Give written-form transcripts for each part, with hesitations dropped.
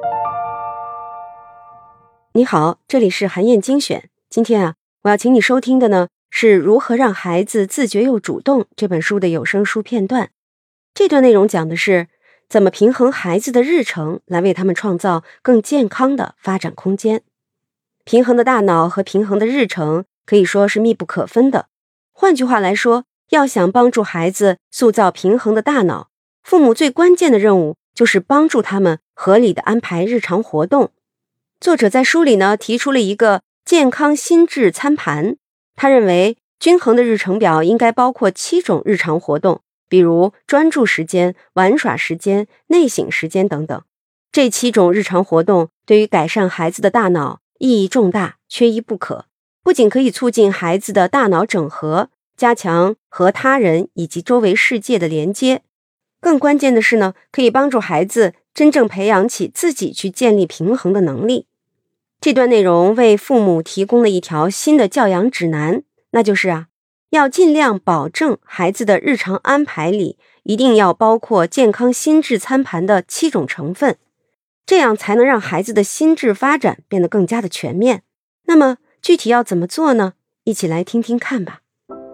你好，这里是韩燕精选。今天我要请你收听的呢是《如何让孩子自觉又主动》这本书的有声书片段。这段内容讲的是怎么平衡孩子的日程，来为他们创造更健康的发展空间。平衡的大脑和平衡的日程可以说是密不可分的。换句话来说，要想帮助孩子塑造平衡的大脑，父母最关键的任务就是帮助他们合理的安排日常活动。作者在书里呢提出了一个健康心智餐盘，他认为均衡的日程表应该包括7种日常活动，比如专注时间、玩耍时间、内省时间等等。这7种日常活动对于改善孩子的大脑意义重大，缺一不可。不仅可以促进孩子的大脑整合，加强和他人以及周围世界的连接，更关键的是呢，可以帮助孩子真正培养起自己去建立平衡的能力。这段内容为父母提供了一条新的教养指南，那就是要尽量保证孩子的日常安排里一定要包括健康心智餐盘的7种成分，这样才能让孩子的心智发展变得更加的全面。那么具体要怎么做呢？一起来听听看吧。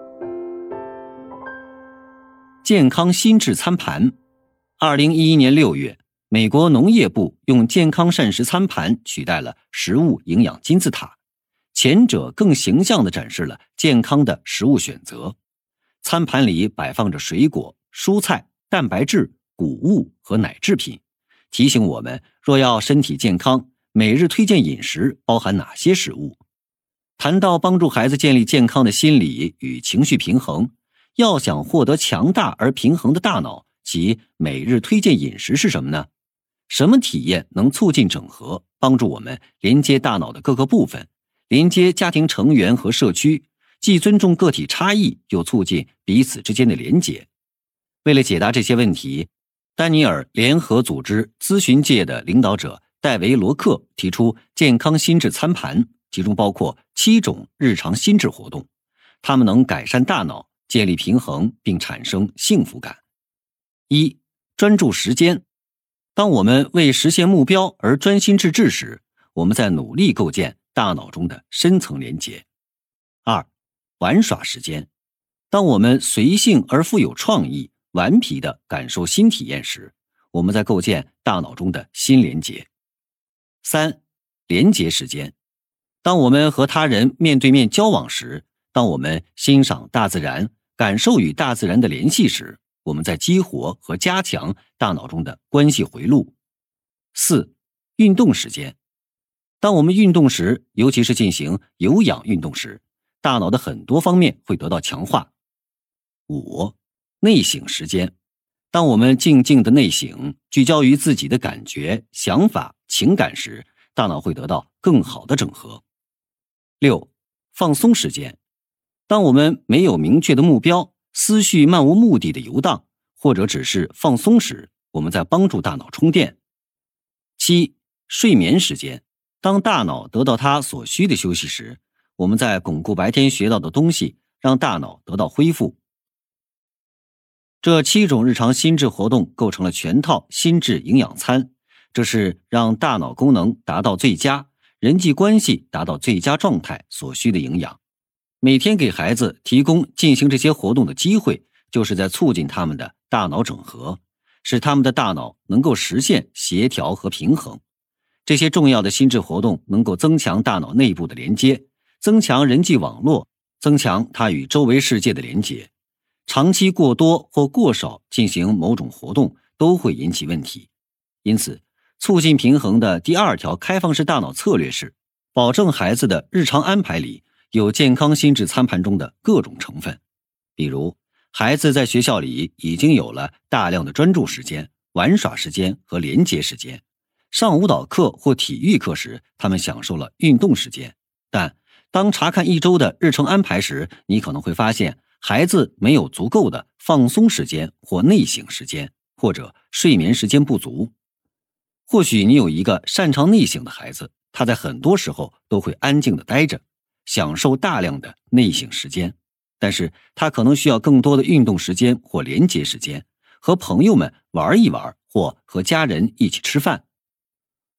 健康心智餐盘。2011年6月，美国农业部用健康膳食餐盘取代了食物营养金字塔，前者更形象地展示了健康的食物选择。餐盘里摆放着水果、蔬菜、蛋白质、谷物和奶制品，提醒我们若要身体健康，每日推荐饮食包含哪些食物。谈到帮助孩子建立健康的心理与情绪平衡，要想获得强大而平衡的大脑，其每日推荐饮食是什么呢？什么体验能促进整合，帮助我们连接大脑的各个部分，连接家庭成员和社区，既尊重个体差异，又促进彼此之间的连结？为了解答这些问题，丹尼尔联合组织咨询界的领导者戴维·罗克提出健康心智餐盘，其中包括7种日常心智活动，它们能改善大脑，建立平衡并产生幸福感。1. 专注时间。当我们为实现目标而专心致志时，我们在努力构建大脑中的深层连结。2. 玩耍时间。当我们随性而富有创意、顽皮地感受新体验时，我们在构建大脑中的新连结。3. 连结时间。当我们和他人面对面交往时，当我们欣赏大自然、感受与大自然的联系时，我们在激活和加强大脑中的关系回路。4. 运动时间。当我们运动时，尤其是进行有氧运动时，大脑的很多方面会得到强化。5. 内省时间。当我们静静的内省，聚焦于自己的感觉、想法、情感时，大脑会得到更好的整合。6. 放松时间。当我们没有明确的目标，思绪漫无目的的游荡，或者只是放松时，我们在帮助大脑充电。7. 睡眠时间。当大脑得到它所需的休息时，我们在巩固白天学到的东西，让大脑得到恢复。这7种日常心智活动构成了全套心智营养餐，这是让大脑功能达到最佳，人际关系达到最佳状态所需的营养。每天给孩子提供进行这些活动的机会，就是在促进他们的大脑整合，使他们的大脑能够实现协调和平衡。这些重要的心智活动能够增强大脑内部的连接，增强人际网络，增强它与周围世界的连接。长期过多或过少进行某种活动都会引起问题。因此，促进平衡的第2条开放式大脑策略是，保证孩子的日常安排里有健康心智餐盘中的各种成分。比如，孩子在学校里已经有了大量的专注时间、玩耍时间和连结时间。上舞蹈课或体育课时，他们享受了运动时间。但当查看1周的日程安排时，你可能会发现孩子没有足够的放松时间或内省时间，或者睡眠时间不足。或许你有一个擅长内省的孩子，他在很多时候都会安静地待着，享受大量的内省时间，但是他可能需要更多的运动时间或连结时间，和朋友们玩一玩，或和家人一起吃饭。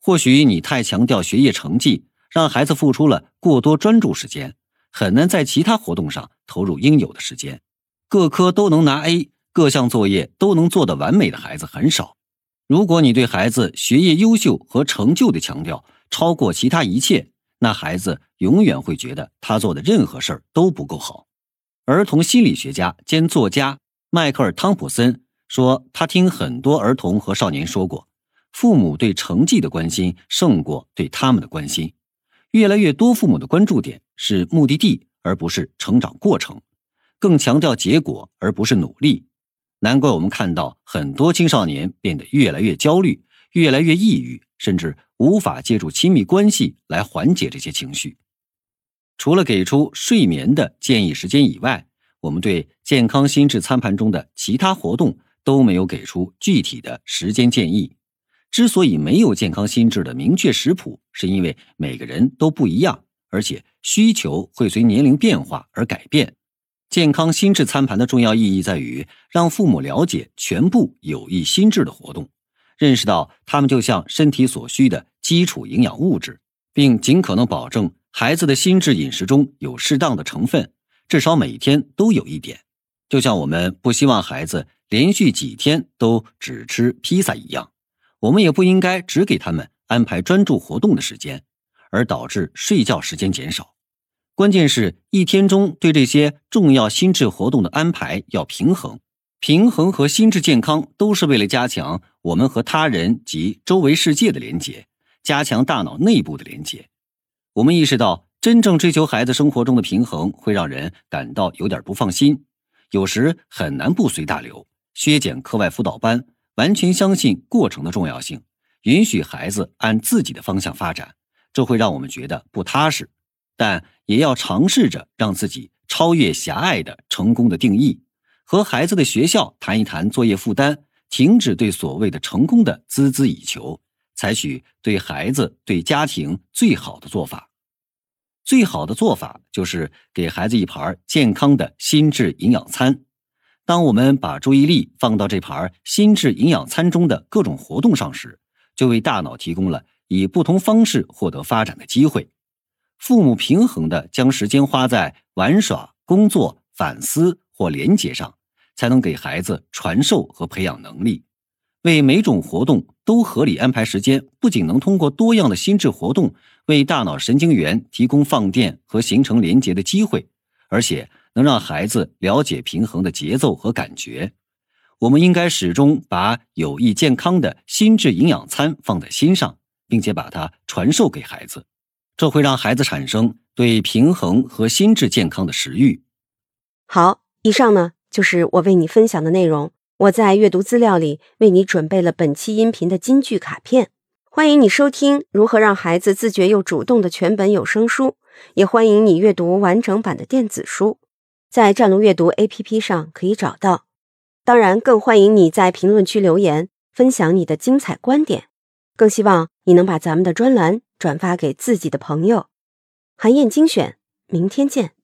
或许你太强调学业成绩，让孩子付出了过多专注时间，很难在其他活动上投入应有的时间。各科都能拿 A， 各项作业都能做得完美的孩子很少。如果你对孩子学业优秀和成就的强调超过其他一切，那孩子永远会觉得他做的任何事儿都不够好。儿童心理学家兼作家迈克尔·汤普森说，他听很多儿童和少年说过，父母对成绩的关心胜过对他们的关心。越来越多父母的关注点是目的地，而不是成长过程，更强调结果而不是努力。难怪我们看到很多青少年变得越来越焦虑，越来越抑郁，甚至无法借助亲密关系来缓解这些情绪。除了给出睡眠的建议时间以外，我们对健康心智餐盘中的其他活动都没有给出具体的时间建议。之所以没有健康心智的明确食谱，是因为每个人都不一样，而且需求会随年龄变化而改变。健康心智餐盘的重要意义在于让父母了解全部有益心智的活动，认识到它们就像身体所需的基础营养物质，并尽可能保证孩子的心智饮食中有适当的成分，至少每天都有一点。就像我们不希望孩子连续几天都只吃披萨一样，我们也不应该只给他们安排专注活动的时间，而导致睡觉时间减少。关键是一天中对这些重要心智活动的安排要平衡。平衡和心智健康都是为了加强我们和他人及周围世界的连结，加强大脑内部的连结。我们意识到真正追求孩子生活中的平衡会让人感到有点不放心，有时很难不随大流，削减课外辅导班，完全相信过程的重要性，允许孩子按自己的方向发展，这会让我们觉得不踏实。但也要尝试着让自己超越狭隘的成功的定义，和孩子的学校谈一谈作业负担，停止对所谓的成功的孜孜以求，采取对孩子对家庭最好的做法。最好的做法就是给孩子一盘健康的心智营养餐。当我们把注意力放到这盘心智营养餐中的各种活动上时，就为大脑提供了以不同方式获得发展的机会。父母平衡地将时间花在玩耍、工作、反思或连结上，才能给孩子传授和培养能力。为每种活动都合理安排时间，不仅能通过多样的心智活动为大脑神经元提供放电和形成连结的机会，而且能让孩子了解平衡的节奏和感觉。我们应该始终把有益健康的心智营养餐放在心上，并且把它传授给孩子。这会让孩子产生对平衡和心智健康的食欲。 好，以上呢就是我为你分享的内容。我在阅读资料里为你准备了本期音频的金句卡片，欢迎你收听如何让孩子自觉又主动的全本有声书，也欢迎你阅读完整版的电子书，在战卢阅读 APP 上可以找到。当然，更欢迎你在评论区留言，分享你的精彩观点，更希望你能把咱们的专栏转发给自己的朋友。韩燕精选，明天见。